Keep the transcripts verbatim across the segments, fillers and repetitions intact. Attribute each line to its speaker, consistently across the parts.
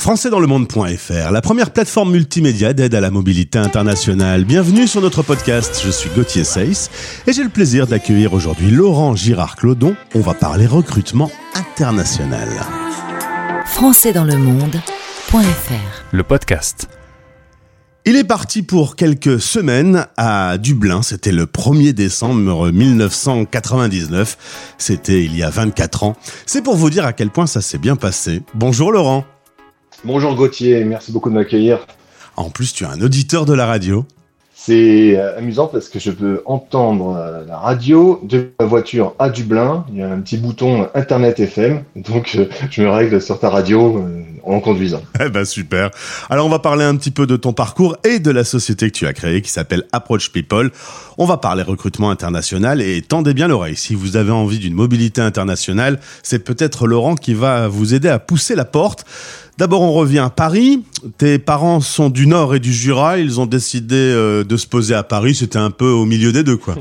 Speaker 1: français dans le monde point f r, la première plateforme multimédia d'aide à la mobilité internationale. Bienvenue sur notre podcast, je suis Gauthier Seyss et j'ai le plaisir d'accueillir aujourd'hui Laurent Girard-Clodon. On va parler recrutement international.
Speaker 2: français dans le monde point f r,
Speaker 3: le podcast.
Speaker 1: Il est parti pour quelques semaines à Dublin, c'était le premier décembre mille neuf cent quatre-vingt-dix-neuf, c'était il y a vingt-quatre ans. C'est pour vous dire à quel point ça s'est bien passé. Bonjour Laurent.
Speaker 4: Bonjour Gauthier, merci beaucoup de m'accueillir.
Speaker 1: En plus, tu es un auditeur de la radio.
Speaker 4: C'est amusant parce que je peux entendre la radio de ma voiture à Dublin. Il y a un petit bouton Internet F M, donc je me règle sur ta radio en conduisant.
Speaker 1: Eh ben super. Alors on va parler un petit peu de ton parcours et de la société que tu as créée qui s'appelle Approach People. On va parler recrutement international et tendez bien l'oreille. Si vous avez envie d'une mobilité internationale, c'est peut-être Laurent qui va vous aider à pousser la porte. D'abord, on revient à Paris. Tes parents sont du Nord et du Jura. Ils ont décidé euh, de se poser à Paris. C'était un peu au milieu des deux, quoi.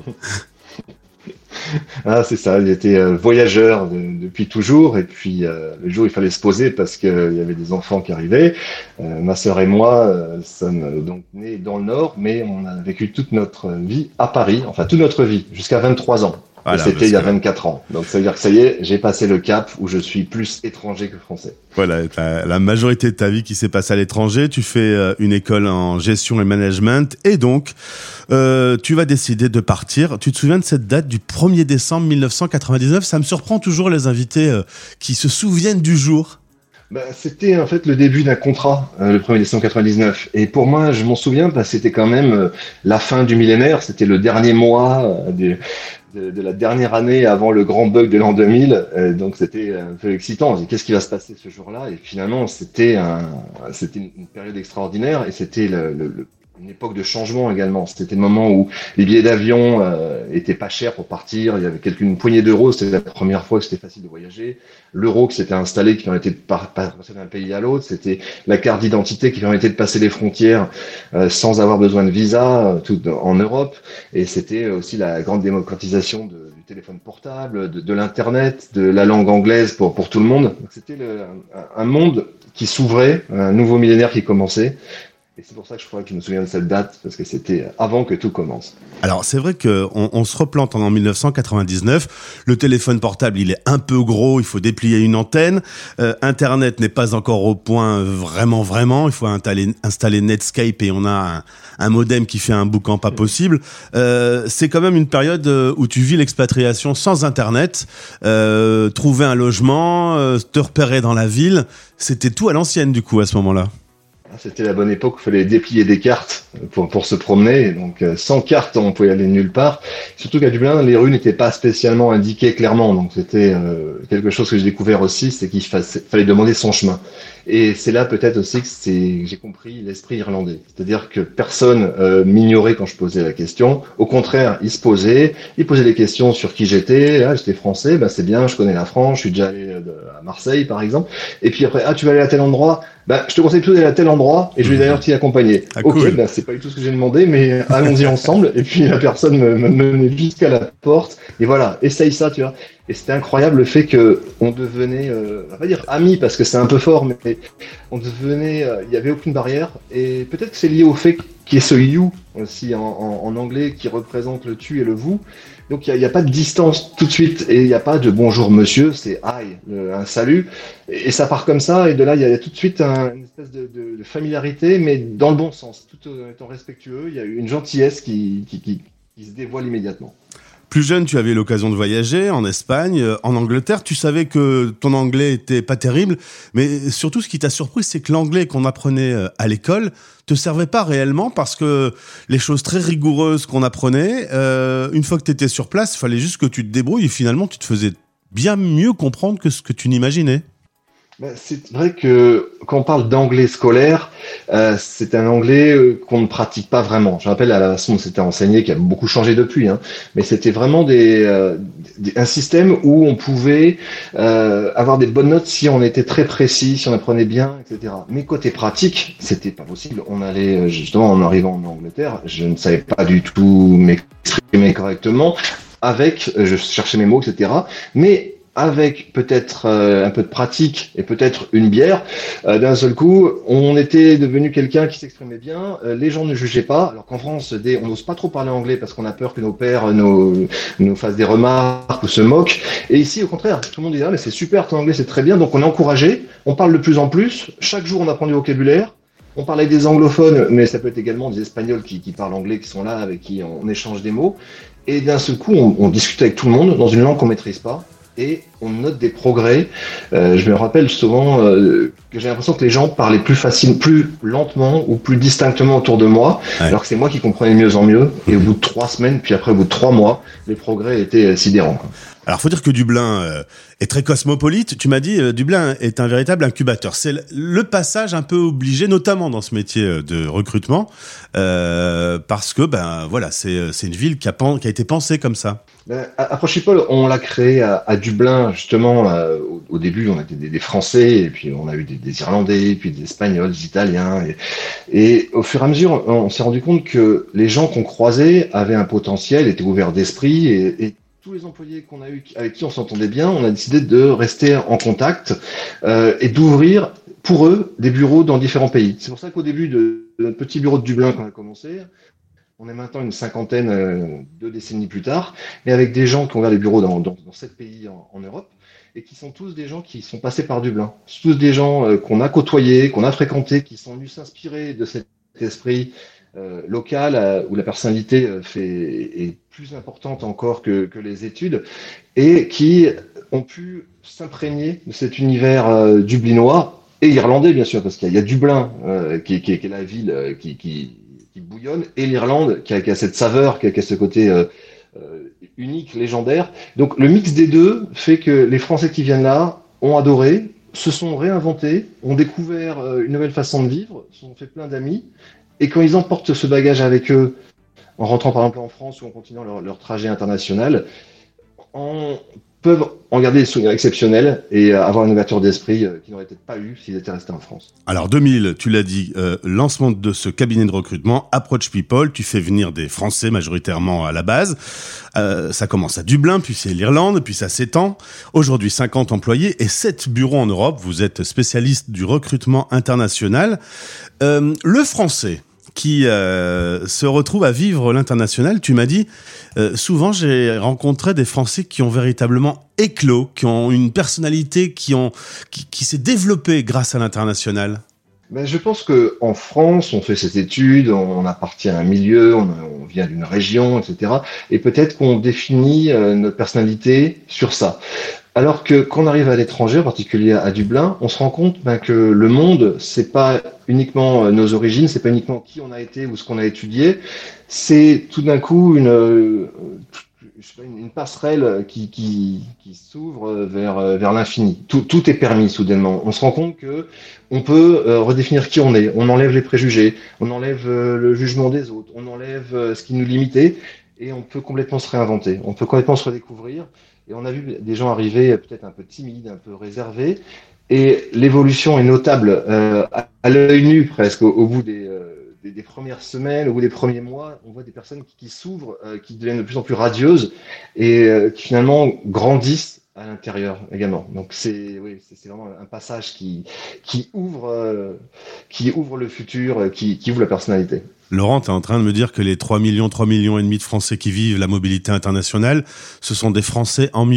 Speaker 4: Ah, c'est ça. J'étais euh, voyageur de, depuis toujours. Et puis, euh, le jour, il fallait se poser parce qu'il euh, y avait des enfants qui arrivaient. Euh, ma sœur et moi euh, sommes donc nés dans le Nord, mais on a vécu toute notre vie à Paris. Enfin, toute notre vie, jusqu'à vingt-trois ans. Voilà, et c'était il y a vingt-quatre ans. Donc ça veut dire que ça y est, j'ai passé le cap où je suis plus étranger que français.
Speaker 1: Voilà, la majorité de ta vie qui s'est passée à l'étranger. Tu fais une école en gestion et management et donc euh, tu vas décider de partir. Tu te souviens de cette date du premier décembre mille neuf cent quatre-vingt-dix-neuf? Ça me surprend toujours les invités euh, qui se souviennent du jour.
Speaker 4: Bah, c'était en fait le début d'un contrat, euh, le premier décembre quatre-vingt-dix-neuf. Et pour moi, je m'en souviens parce que c'était quand même euh, la fin du millénaire. C'était le dernier mois euh, des... De, de la dernière année avant le grand bug de l'an deux mille, euh, donc c'était un peu excitant. On se dit, qu'est-ce qui va se passer ce jour-là? Et finalement, c'était un, c'était une période extraordinaire et c'était le, le, le, une époque de changement également. C'était le moment où les billets d'avion euh, étaient pas chers pour partir. Il y avait quelques, une poignée d'euros. C'était la première fois que c'était facile de voyager. L'euro qui s'était installé, qui permettait de passer d'un pays à l'autre. C'était la carte d'identité qui permettait de passer les frontières euh, sans avoir besoin de visa, euh, tout en Europe. Et c'était aussi la grande démocratisation de, du téléphone portable, de, de l'internet, de la langue anglaise pour pour tout le monde. Donc c'était le, un, un monde qui s'ouvrait, un nouveau millénaire qui commençait. Et c'est pour ça que je crois que je me souviens de cette date, parce que c'était avant que tout commence.
Speaker 1: Alors, c'est vrai qu'on on se replante en mille neuf cent quatre-vingt-dix-neuf. Le téléphone portable, il est un peu gros, il faut déplier une antenne. Euh, Internet n'est pas encore au point vraiment, vraiment. Il faut installer, installer Netscape et on a un, un modem qui fait un boucan pas possible. Euh, c'est quand même une période où tu vis l'expatriation sans Internet. Euh, trouver un logement, euh, te repérer dans la ville, c'était tout à l'ancienne du coup à ce moment-là.
Speaker 4: C'était la bonne époque où il fallait déplier des cartes pour, pour se promener. Donc, euh, sans carte, on pouvait aller nulle part. Surtout qu'à Dublin, les rues n'étaient pas spécialement indiquées clairement. Donc, c'était euh, quelque chose que j'ai découvert aussi, c'est qu'il fa- fallait demander son chemin. Et c'est là peut-être aussi que c'est, j'ai compris l'esprit irlandais. C'est-à-dire que personne euh, m'ignorait quand je posais la question. Au contraire, ils se posaient, ils posaient des questions sur qui j'étais. Ah, j'étais français, ben c'est bien, je connais la France, je suis déjà allé de, à Marseille par exemple. Et puis après, ah, tu vas aller à tel endroit, ben je te conseille plutôt d'aller à tel endroit et je vais d'ailleurs t'y accompagner.
Speaker 1: Ah,
Speaker 4: ok,
Speaker 1: cool.
Speaker 4: ben c'est pas du tout ce que j'ai demandé, mais allons-y ensemble. Et puis la personne me, me menait jusqu'à la porte et voilà, essaye ça, tu vois. Et c'était incroyable le fait que on devenait, euh, on va pas dire amis parce que c'est un peu fort, mais on devenait, euh, il y avait aucune barrière. Et peut-être que c'est lié au fait qu'il y ait ce you aussi en, en, en anglais qui représente le tu et le vous. Donc il n'y a, a pas de distance tout de suite et il n'y a pas de bonjour monsieur, c'est hi, le, un salut. Et, et ça part comme ça et de là il y a tout de suite un, une espèce de, de, de familiarité, mais dans le bon sens, tout en étant respectueux. Il y a une gentillesse qui, qui, qui, qui se dévoile immédiatement.
Speaker 1: Plus jeune, tu avais l'occasion de voyager en Espagne, en Angleterre. Tu savais que ton anglais était pas terrible, mais surtout, ce qui t'a surpris, c'est que l'anglais qu'on apprenait à l'école te servait pas réellement parce que les choses très rigoureuses qu'on apprenait, euh, une fois que tu étais sur place, il fallait juste que tu te débrouilles et finalement, tu te faisais bien mieux comprendre que ce que tu n'imaginais.
Speaker 4: Ben, c'est vrai que quand on parle d'anglais scolaire, euh, c'est un anglais euh, qu'on ne pratique pas vraiment. Je rappelle à la façon dont c'était enseigné, qui a beaucoup changé depuis, hein, mais c'était vraiment des, euh, des, un système où on pouvait euh, avoir des bonnes notes si on était très précis, si on apprenait bien, et cetera. Mais côté pratique, c'était pas possible. On allait justement en arrivant en Angleterre, je ne savais pas du tout m'exprimer correctement. Avec, je cherchais mes mots, et cetera. Mais avec peut-être euh, un peu de pratique et peut-être une bière, euh, d'un seul coup, on était devenu quelqu'un qui s'exprimait bien. Euh, les gens ne jugeaient pas, alors qu'en France, des, on n'ose pas trop parler anglais parce qu'on a peur que nos pères nous, nous fassent des remarques ou se moquent. Et ici, au contraire, tout le monde dit ah mais c'est super, ton anglais c'est très bien. Donc on est encouragé, on parle de plus en plus. Chaque jour, on apprend du vocabulaire. On parle avec des anglophones, mais ça peut être également des Espagnols qui, qui parlent anglais, qui sont là, avec qui on, on échange des mots. Et d'un seul coup, on, on discute avec tout le monde dans une langue qu'on maîtrise pas. Et on note des progrès. Euh, je me rappelle souvent euh, que j'ai l'impression que les gens parlaient plus facilement, plus lentement ou plus distinctement autour de moi, ouais. Alors que c'est moi qui comprenais de mieux en mieux. Et au bout de trois semaines, puis après au bout de trois mois, les progrès étaient sidérants.
Speaker 1: Alors, faut dire que Dublin euh, est très cosmopolite. Tu m'as dit, euh, Dublin est un véritable incubateur. C'est le passage un peu obligé, notamment dans ce métier de recrutement, euh, parce que ben voilà, c'est c'est une ville qui a qui a été pensée comme ça.
Speaker 4: Ben, Approchipol, on l'a créé à, à Dublin justement. Euh, au, au début, on était des, des Français, et puis on a eu des, des Irlandais, puis des Espagnols, des Italiens, et, et au fur et à mesure, on, on s'est rendu compte que les gens qu'on croisait avaient un potentiel, étaient ouverts d'esprit, et, et tous les employés qu'on a eu, avec qui on s'entendait bien, on a décidé de rester en contact euh, et d'ouvrir pour eux des bureaux dans différents pays. C'est pour ça qu'au début de, de notre petit bureau de Dublin, quand on a commencé, on est maintenant une cinquantaine, euh, deux décennies plus tard, mais avec des gens qui ont ouvert des bureaux dans, dans, dans sept pays en, en Europe, et qui sont tous des gens qui sont passés par Dublin. C'est tous des gens euh, qu'on a côtoyés, qu'on a fréquentés, qui sont venus s'inspirer de cet esprit Euh, local euh, où la personnalité euh, fait, est plus importante encore que, que les études et qui ont pu s'imprégner de cet univers euh, dublinois et irlandais bien sûr parce qu'il y a, il y a Dublin euh, qui, qui, qui est la ville euh, qui, qui, qui bouillonne et l'Irlande qui a, qui a cette saveur, qui a, qui a ce côté euh, euh, unique, légendaire. Donc le mix des deux fait que les Français qui viennent là ont adoré, se sont réinventés, ont découvert euh, une nouvelle façon de vivre, se sont fait plein d'amis. Et quand ils emportent ce bagage avec eux, en rentrant par exemple en France ou en continuant leur, leur trajet international, en, peuvent en garder des souvenirs exceptionnels et avoir une ouverture d'esprit qu'ils n'auraient peut-être pas eu s'ils étaient restés en France.
Speaker 1: Alors deux mille, tu l'as dit, euh, lancement de ce cabinet de recrutement, Approach People, tu fais venir des Français majoritairement à la base. Euh, ça commence à Dublin, puis c'est l'Irlande, puis ça s'étend. Aujourd'hui, cinquante employés et sept bureaux en Europe. Vous êtes spécialiste du recrutement international. Euh, le français qui euh, se retrouve à vivre l'international, tu m'as dit, euh, souvent j'ai rencontré des Français qui ont véritablement éclos, qui ont une personnalité qui, ont, qui, qui s'est développée grâce à l'international.
Speaker 4: Ben, je pense qu'en France, on fait cette étude, on appartient à un milieu, on, on vient d'une région, et cetera. Et peut-être qu'on définit euh, notre personnalité sur ça. Alors que quand on arrive à l'étranger, en particulier à Dublin, on se rend compte ben, que le monde, c'est pas uniquement nos origines, c'est pas uniquement qui on a été ou ce qu'on a étudié, c'est tout d'un coup une, euh, je sais pas, une passerelle qui, qui, qui s'ouvre vers, vers l'infini. Tout, tout est permis soudainement. On se rend compte que on peut euh, redéfinir qui on est. On enlève les préjugés, on enlève euh, le jugement des autres, on enlève euh, ce qui nous limitait et on peut complètement se réinventer. On peut complètement se redécouvrir. Et on a vu des gens arriver peut-être un peu timides, un peu réservés. Et l'évolution est notable euh, à, à l'œil nu presque au, au bout des, euh, des, des premières semaines, au bout des premiers mois. On voit des personnes qui, qui s'ouvrent, euh, qui deviennent de plus en plus radieuses et euh, qui finalement grandissent à l'intérieur également. Donc c'est oui, c'est, c'est vraiment un passage qui qui ouvre euh, qui ouvre le futur, qui, qui ouvre la personnalité.
Speaker 1: Laurent, tu es en train de me dire que les trois millions, trois millions et demi de Français qui vivent la mobilité internationale, ce sont des Français en mieux ?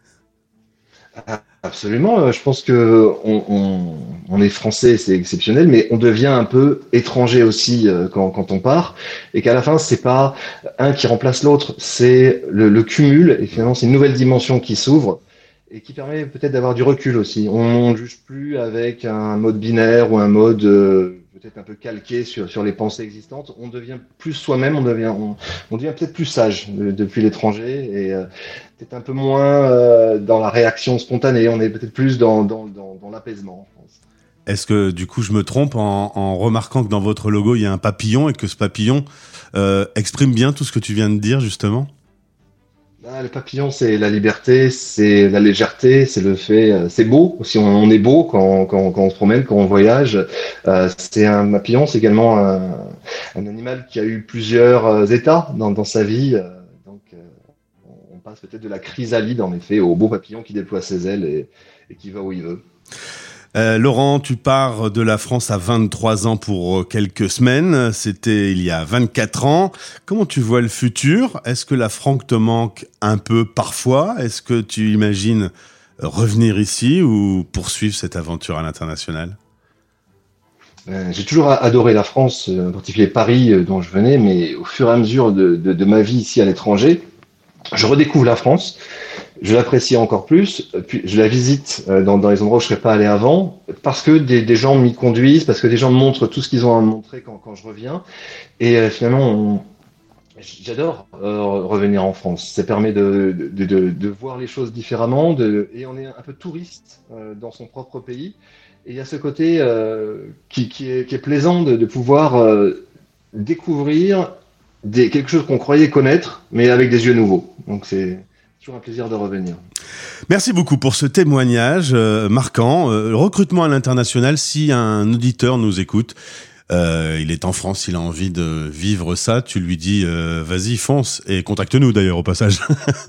Speaker 4: Absolument. Je pense que on, on, on est français, c'est exceptionnel, mais on devient un peu étranger aussi quand, quand on part, et qu'à la fin, c'est pas un qui remplace l'autre, c'est le, le cumul, et finalement, c'est une nouvelle dimension qui s'ouvre et qui permet peut-être d'avoir du recul aussi. On ne juge plus avec un mode binaire ou un mode euh, peut-être un peu calqué sur, sur les pensées existantes. On devient plus soi-même, on devient, on, on devient peut-être plus sage de, depuis l'étranger et euh, peut-être un peu moins euh, dans la réaction spontanée. On est peut-être plus dans, dans, dans, dans l'apaisement, je pense.
Speaker 1: Est-ce que du coup je me trompe en, en remarquant que dans votre logo il y a un papillon et que ce papillon euh, exprime bien tout ce que tu viens de dire justement ?
Speaker 4: Ah, le papillon, c'est la liberté, c'est la légèreté, c'est le fait, c'est beau. Si on, on est beau quand, quand, quand on se promène, quand on voyage, euh, c'est un papillon, c'est également un, un animal qui a eu plusieurs états dans, dans sa vie. Donc, euh, on passe peut-être de la chrysalide, en effet, au beau papillon qui déploie ses ailes et, et qui va où il veut.
Speaker 1: Euh, Laurent, tu pars de la France à vingt-trois ans pour quelques semaines. C'était il y a vingt-quatre ans. Comment tu vois le futur ? Est-ce que la Franck te manque un peu parfois ? Est-ce que tu imagines revenir ici ou poursuivre cette aventure à l'international ?
Speaker 4: Euh, j'ai toujours adoré la France, en particulier Paris, euh, dont je venais, mais au fur et à mesure de, de, de ma vie ici à l'étranger, je redécouvre la France. Je l'apprécie encore plus, puis je la visite dans, dans les endroits où je ne serais pas allé avant, parce que des, des gens m'y conduisent, parce que des gens me montrent tout ce qu'ils ont à me montrer quand, quand je reviens. Et euh, finalement, on, j'adore euh, revenir en France. Ça permet de, de, de, de voir les choses différemment, de, et on est un peu touriste euh, dans son propre pays. Et il y a ce côté euh, qui, qui, est, qui est plaisant de, de pouvoir euh, découvrir des, quelque chose qu'on croyait connaître, mais avec des yeux nouveaux. Donc c'est toujours un plaisir de revenir.
Speaker 1: Merci beaucoup pour ce témoignage euh, marquant. Euh, le recrutement à l'international, si un auditeur nous écoute, euh, il est en France, il a envie de vivre ça, tu lui dis euh, vas-y, fonce, et contacte-nous d'ailleurs au passage.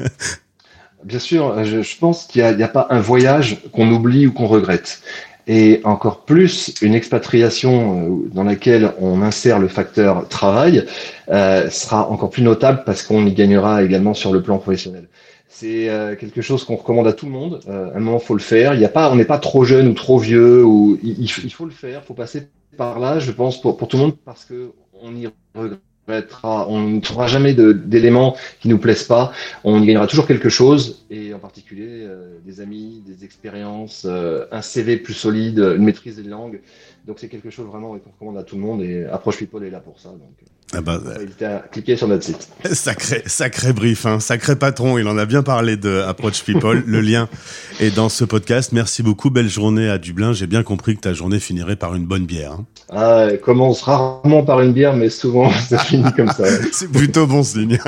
Speaker 4: Bien sûr, je, je pense qu'il n'y a, a pas un voyage qu'on oublie ou qu'on regrette. Et encore plus, une expatriation dans laquelle on insère le facteur travail euh, sera encore plus notable parce qu'on y gagnera également sur le plan professionnel. C'est euh, quelque chose qu'on recommande à tout le monde. Euh, à un moment, il faut le faire. Il y a pas, on n'est pas trop jeune ou trop vieux. Ou il, il faut le faire. Il faut passer par là, je pense, pour, pour tout le monde parce que on y regrettera. On ne trouvera jamais de, d'éléments qui nous plaisent pas. On y gagnera toujours quelque chose, et en particulier euh, des amis, des expériences, euh, un C V plus solide, une maîtrise des langues. Donc c'est quelque chose vraiment qu'on recommande à tout le monde, et Approach People est là pour ça. Donc,
Speaker 1: ah bah,
Speaker 4: faut pas hésiter à cliquer sur notre site.
Speaker 1: Sacré, sacré brief, hein, sacré patron. Il en a bien parlé de Approach People. Le lien est dans ce podcast. Merci beaucoup. Belle journée à Dublin. J'ai bien compris que ta journée finirait par une bonne bière. Hein.
Speaker 4: Ah, elle commence rarement par une bière, mais souvent ça finit comme ça. Ouais.
Speaker 1: C'est plutôt bon signe.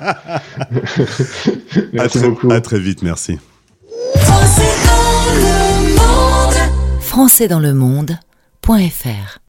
Speaker 4: Merci
Speaker 1: à très,
Speaker 4: beaucoup.
Speaker 1: À très vite. Merci.
Speaker 2: Français dans le monde. Français dans le monde point F R